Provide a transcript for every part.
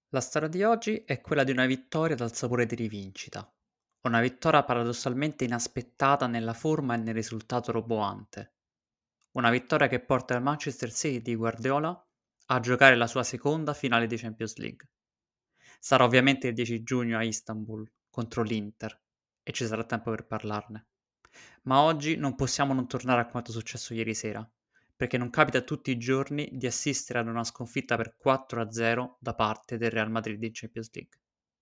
La storia di oggi è quella di una vittoria dal sapore di rivincita. Una vittoria paradossalmente inaspettata nella forma e nel risultato roboante. Una vittoria che porta il Manchester City di Guardiola a giocare la sua seconda finale di Champions League. Sarà ovviamente il 10 giugno a Istanbul contro l'Inter e ci sarà tempo per parlarne. Ma oggi non possiamo non tornare a quanto successo ieri sera, perché non capita tutti i giorni di assistere ad una sconfitta per 4-0 da parte del Real Madrid in Champions League.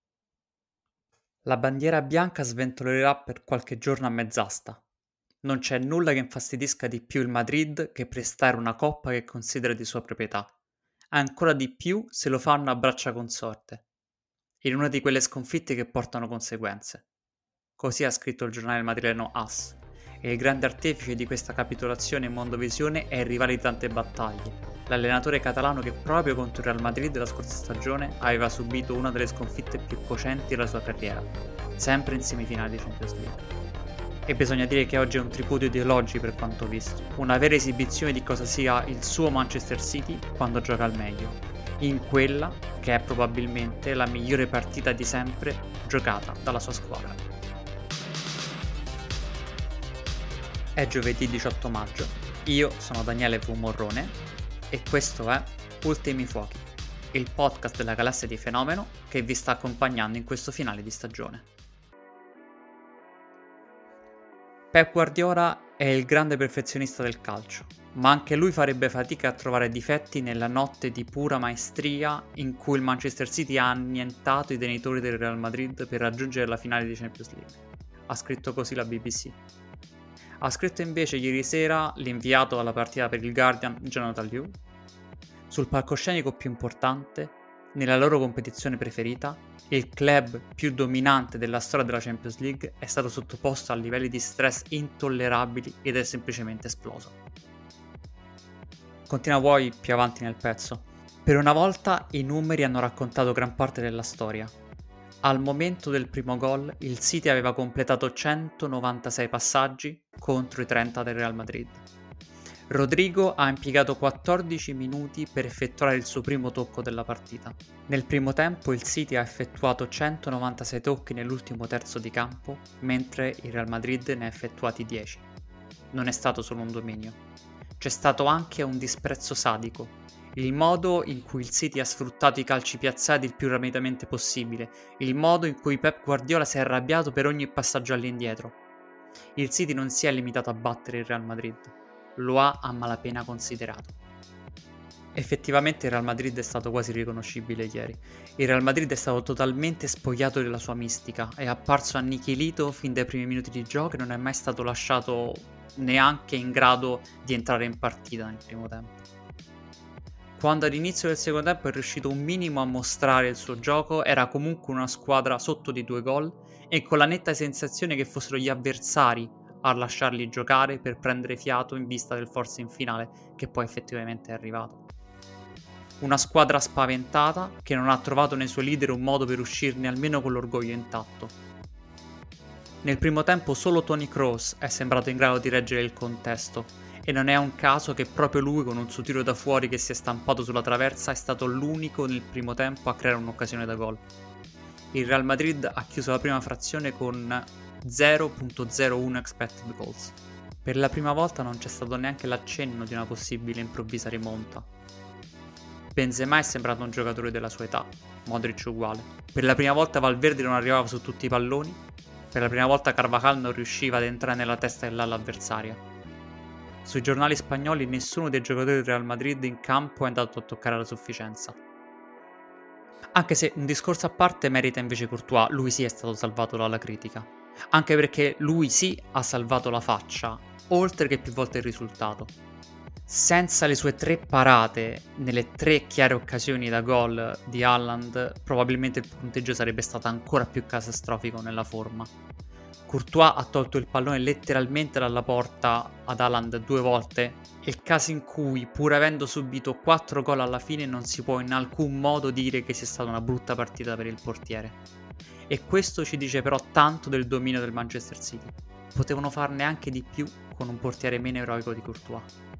La bandiera bianca sventolerà per qualche giorno a mezz'asta. Non c'è nulla che infastidisca di più il Madrid che prestare una coppa che considera di sua proprietà. Ancora di più se lo fanno a braccia consorte, in una di quelle sconfitte che portano conseguenze. Così ha scritto il giornale madrileno AS, e il grande artefice di questa capitolazione in mondovisione è il rivale di tante battaglie, l'allenatore catalano che proprio contro il Real Madrid la scorsa stagione aveva subito una delle sconfitte più cocenti della sua carriera, sempre in semifinale di Champions League. E bisogna dire che oggi è un tripudio di elogi per quanto visto, una vera esibizione di cosa sia il suo Manchester City quando gioca al meglio, in quella che è probabilmente la migliore partita di sempre giocata dalla sua squadra. È giovedì 18 maggio, io sono Daniele V. Morrone e questo è Ultimi Fuochi, il podcast della galassia di Fenomeno che vi sta accompagnando in questo finale di stagione. Pep Guardiola è il grande perfezionista del calcio, ma anche lui farebbe fatica a trovare difetti nella notte di pura maestria in cui il Manchester City ha annientato i tenitori del Real Madrid per raggiungere la finale di Champions League. Ha scritto così la BBC. Ha scritto invece ieri sera l'inviato alla partita per il Guardian, Jonathan Liu. Sul palcoscenico più importante, nella loro competizione preferita, il club più dominante della storia della Champions League è stato sottoposto a livelli di stress intollerabili ed è semplicemente esploso. Continua poi più avanti nel pezzo. Per una volta i numeri hanno raccontato gran parte della storia. Al momento del primo gol, il City aveva completato 196 passaggi contro i 30 del Real Madrid. Rodrigo ha impiegato 14 minuti per effettuare il suo primo tocco della partita. Nel primo tempo il City ha effettuato 196 tocchi nell'ultimo terzo di campo, mentre il Real Madrid ne ha effettuati 10. Non è stato solo un dominio. C'è stato anche un disprezzo sadico. Il modo in cui il City ha sfruttato i calci piazzati il più rapidamente possibile, il modo in cui Pep Guardiola si è arrabbiato per ogni passaggio all'indietro. Il City non si è limitato a battere il Real Madrid, lo ha a malapena considerato. Effettivamente il Real Madrid è stato quasi riconoscibile ieri. Il Real Madrid è stato totalmente spogliato della sua mistica, è apparso annichilito fin dai primi minuti di gioco e non è mai stato lasciato neanche in grado di entrare in partita nel primo tempo. Quando all'inizio del secondo tempo è riuscito un minimo a mostrare il suo gioco, era comunque una squadra sotto di 2 gol e con la netta sensazione che fossero gli avversari a lasciarli giocare per prendere fiato in vista del forza in finale che poi effettivamente è arrivato. Una squadra spaventata che non ha trovato nei suoi leader un modo per uscirne almeno con l'orgoglio intatto. Nel primo tempo solo Toni Kroos è sembrato in grado di reggere il contesto e non è un caso che proprio lui con un suo tiro da fuori che si è stampato sulla traversa è stato l'unico nel primo tempo a creare un'occasione da gol. Il Real Madrid ha chiuso la prima frazione con 0.01 expected goals. Per la prima volta non c'è stato neanche l'accenno di una possibile improvvisa rimonta. Benzema è sembrato un giocatore della sua età, Modric uguale. Per la prima volta Valverde non arrivava su tutti i palloni, per la prima volta Carvajal non riusciva ad entrare nella testa dell'ala avversaria. Sui giornali spagnoli nessuno dei giocatori del Real Madrid in campo è andato a toccare la sufficienza. Anche se un discorso a parte merita invece Courtois, lui sì è stato salvato dalla critica. Anche perché lui sì ha salvato la faccia, oltre che più volte il risultato. Senza le sue 3 parate nelle 3 chiare occasioni da gol di Haaland, probabilmente il punteggio sarebbe stato ancora più catastrofico nella forma. Courtois ha tolto il pallone letteralmente dalla porta ad Haaland 2 volte, il caso in cui, pur avendo subito 4 gol alla fine, non si può in alcun modo dire che sia stata una brutta partita per il portiere. E questo ci dice però tanto del dominio del Manchester City. Potevano farne anche di più con un portiere meno eroico di Courtois.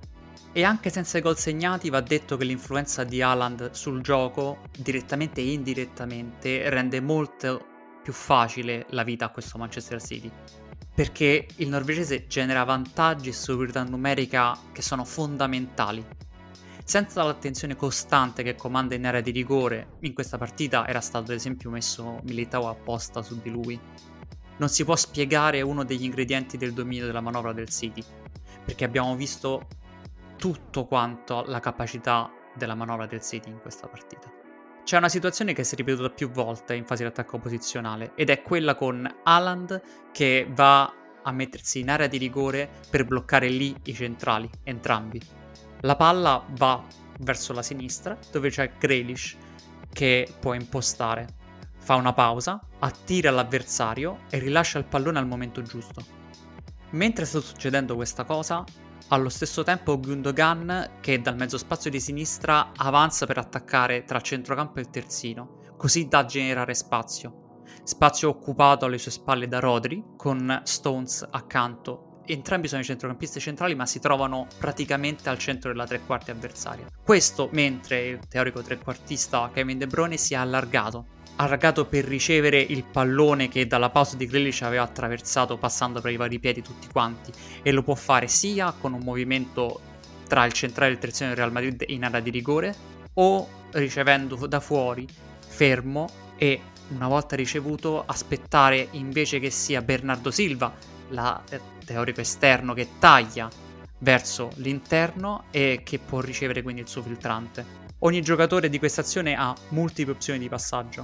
E anche senza i gol segnati va detto che l'influenza di Haaland sul gioco, direttamente e indirettamente, rende molto più facile la vita a questo Manchester City. Perché il norvegese genera vantaggi e superiorità numerica che sono fondamentali. Senza l'attenzione costante che comanda in area di rigore, in questa partita era stato ad esempio messo Militao apposta su di lui, non si può spiegare uno degli ingredienti del dominio della manovra del City, perché abbiamo visto tutto quanto la capacità della manovra del City in questa partita. C'è una situazione che si è ripetuta più volte in fase di attacco posizionale ed è quella con Haaland che va a mettersi in area di rigore per bloccare lì i centrali, entrambi. La palla va verso la sinistra dove c'è Grealish che può impostare, fa una pausa, attira l'avversario e rilascia il pallone al momento giusto. Mentre sta succedendo questa cosa, allo stesso tempo Gundogan che dal mezzo spazio di sinistra avanza per attaccare tra centrocampo e il terzino, così da generare spazio. Spazio occupato alle sue spalle da Rodri, con Stones accanto. Entrambi sono i centrocampisti centrali, ma si trovano praticamente al centro della tre quarti avversaria. Questo mentre il teorico trequartista Kevin De Bruyne si è allargato per ricevere il pallone che dalla pausa di Grealish aveva attraversato passando per i vari piedi tutti quanti, e lo può fare sia con un movimento tra il centrale e il terzino del Real Madrid in area di rigore o ricevendo da fuori, fermo, e una volta ricevuto aspettare invece che sia Bernardo Silva, la teorico esterno, che taglia verso l'interno e che può ricevere quindi il suo filtrante. Ogni giocatore di questa azione ha multiple opzioni di passaggio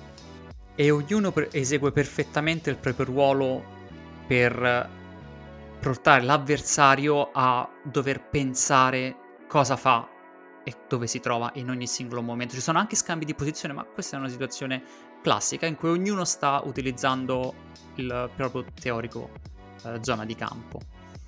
e ognuno esegue perfettamente il proprio ruolo per portare l'avversario a dover pensare cosa fa e dove si trova in ogni singolo momento. Ci sono anche scambi di posizione, ma questa è una situazione classica in cui ognuno sta utilizzando il proprio teorico zona di campo.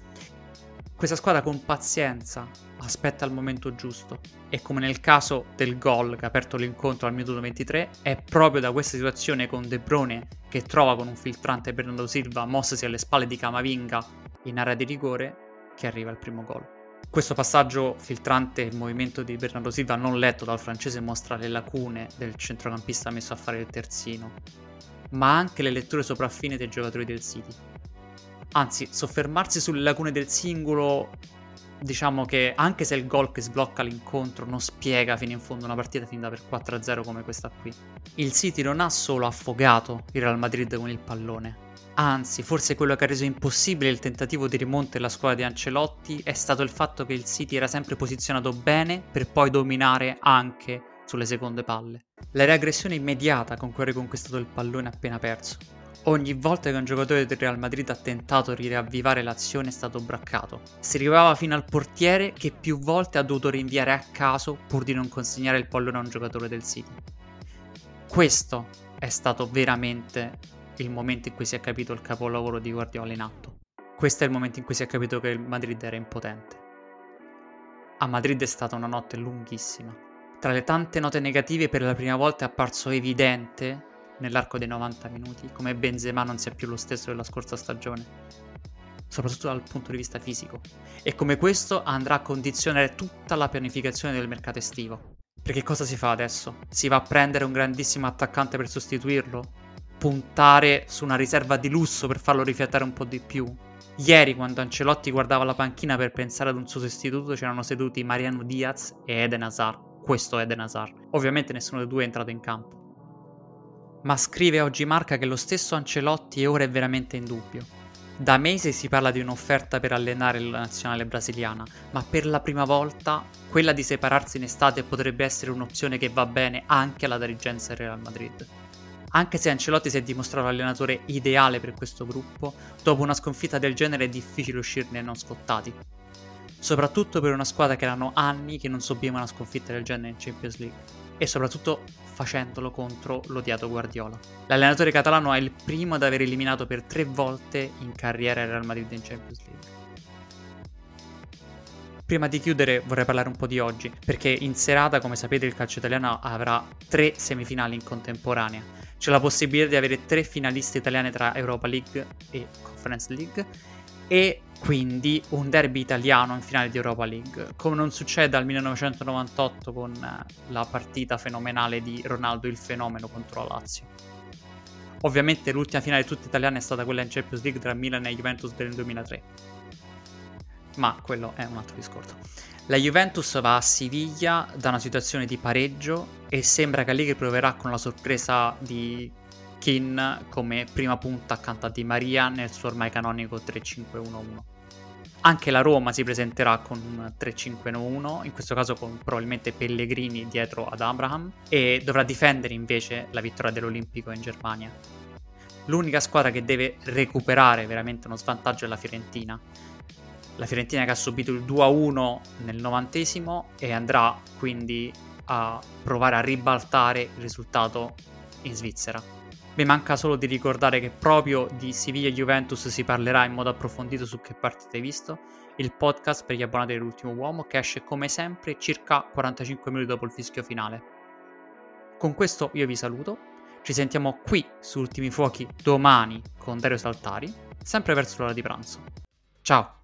Questa squadra con pazienza aspetta il momento giusto e, come nel caso del gol che ha aperto l'incontro al minuto 23, è proprio da questa situazione con De Bruyne che trova con un filtrante Bernardo Silva mossasi alle spalle di Camavinga in area di rigore che arriva il primo gol. Questo passaggio filtrante, il movimento di Bernardo Silva non letto dal francese, mostra le lacune del centrocampista messo a fare il terzino, ma anche le letture sopraffine dei giocatori del City. Anzi, soffermarsi sulle lacune del singolo, diciamo che anche se il gol che sblocca l'incontro non spiega fino in fondo una partita finita per 4-0 come questa qui, il City non ha solo affogato il Real Madrid con il pallone. Anzi, forse quello che ha reso impossibile il tentativo di rimonta della squadra di Ancelotti è stato il fatto che il City era sempre posizionato bene per poi dominare anche sulle seconde palle. La reaggressione immediata con cui ha riconquistato il pallone appena perso. Ogni volta che un giocatore del Real Madrid ha tentato di riavvivare l'azione è stato braccato. Si arrivava fino al portiere che più volte ha dovuto rinviare a caso pur di non consegnare il pallone a un giocatore del City. Questo è stato veramente il momento in cui si è capito il capolavoro di Guardiola in atto. Questo è il momento in cui si è capito che il Madrid era impotente. A Madrid è stata una notte lunghissima. Tra le tante note negative, per la prima volta è apparso evidente nell'arco dei 90 minuti come Benzema non sia più lo stesso della scorsa stagione, soprattutto dal punto di vista fisico, e come questo andrà a condizionare tutta la pianificazione del mercato estivo. Perché cosa si fa adesso? Si va a prendere un grandissimo attaccante per sostituirlo? Puntare su una riserva di lusso per farlo rifiatare un po' di più? Ieri, quando Ancelotti guardava la panchina per pensare ad un suo sostituto, c'erano seduti Mariano Diaz e Eden Hazard. Questo è Eden Hazard. Ovviamente nessuno dei due è entrato in campo. Ma scrive oggi Marca che lo stesso Ancelotti ora è veramente in dubbio. Da mesi si parla di un'offerta per allenare la nazionale brasiliana, ma per la prima volta quella di separarsi in estate potrebbe essere un'opzione che va bene anche alla dirigenza del Real Madrid. Anche se Ancelotti si è dimostrato l'allenatore ideale per questo gruppo, dopo una sconfitta del genere è difficile uscirne non scottati. Soprattutto per una squadra che erano anni che non subiva una sconfitta del genere in Champions League. E soprattutto facendolo contro l'odiato Guardiola. L'allenatore catalano è il primo ad aver eliminato per 3 volte in carriera il Real Madrid in Champions League. Prima di chiudere vorrei parlare un po' di oggi, perché in serata, come sapete, il calcio italiano avrà 3 semifinali in contemporanea. C'è la possibilità di avere 3 finaliste italiane tra Europa League e Conference League e quindi un derby italiano in finale di Europa League, come non succede dal 1998 con la partita fenomenale di Ronaldo il fenomeno contro la Lazio. Ovviamente l'ultima finale tutta italiana è stata quella in Champions League tra Milan e Juventus del 2003, ma quello è un altro discorso. La Juventus va a Siviglia da una situazione di pareggio e sembra che Allegri proverà con la sorpresa di Keane come prima punta accanto a Di Maria nel suo ormai canonico 3-5-1-1. Anche la Roma si presenterà con un 3-5-1-1, in questo caso con probabilmente Pellegrini dietro ad Abraham, e dovrà difendere invece la vittoria dell'Olimpico in Germania. L'unica squadra che deve recuperare veramente uno svantaggio è la Fiorentina. La Fiorentina che ha subito il 2-1 nel 90° e andrà quindi a provare a ribaltare il risultato in Svizzera. Mi manca solo di ricordare che proprio di Siviglia Juventus si parlerà in modo approfondito su Che partita hai visto, il podcast per gli abbonati dell'Ultimo Uomo, che esce come sempre circa 45 minuti dopo il fischio finale. Con questo io vi saluto, ci sentiamo qui su Ultimi Fuochi domani con Dario Saltari, sempre verso l'ora di pranzo. Ciao!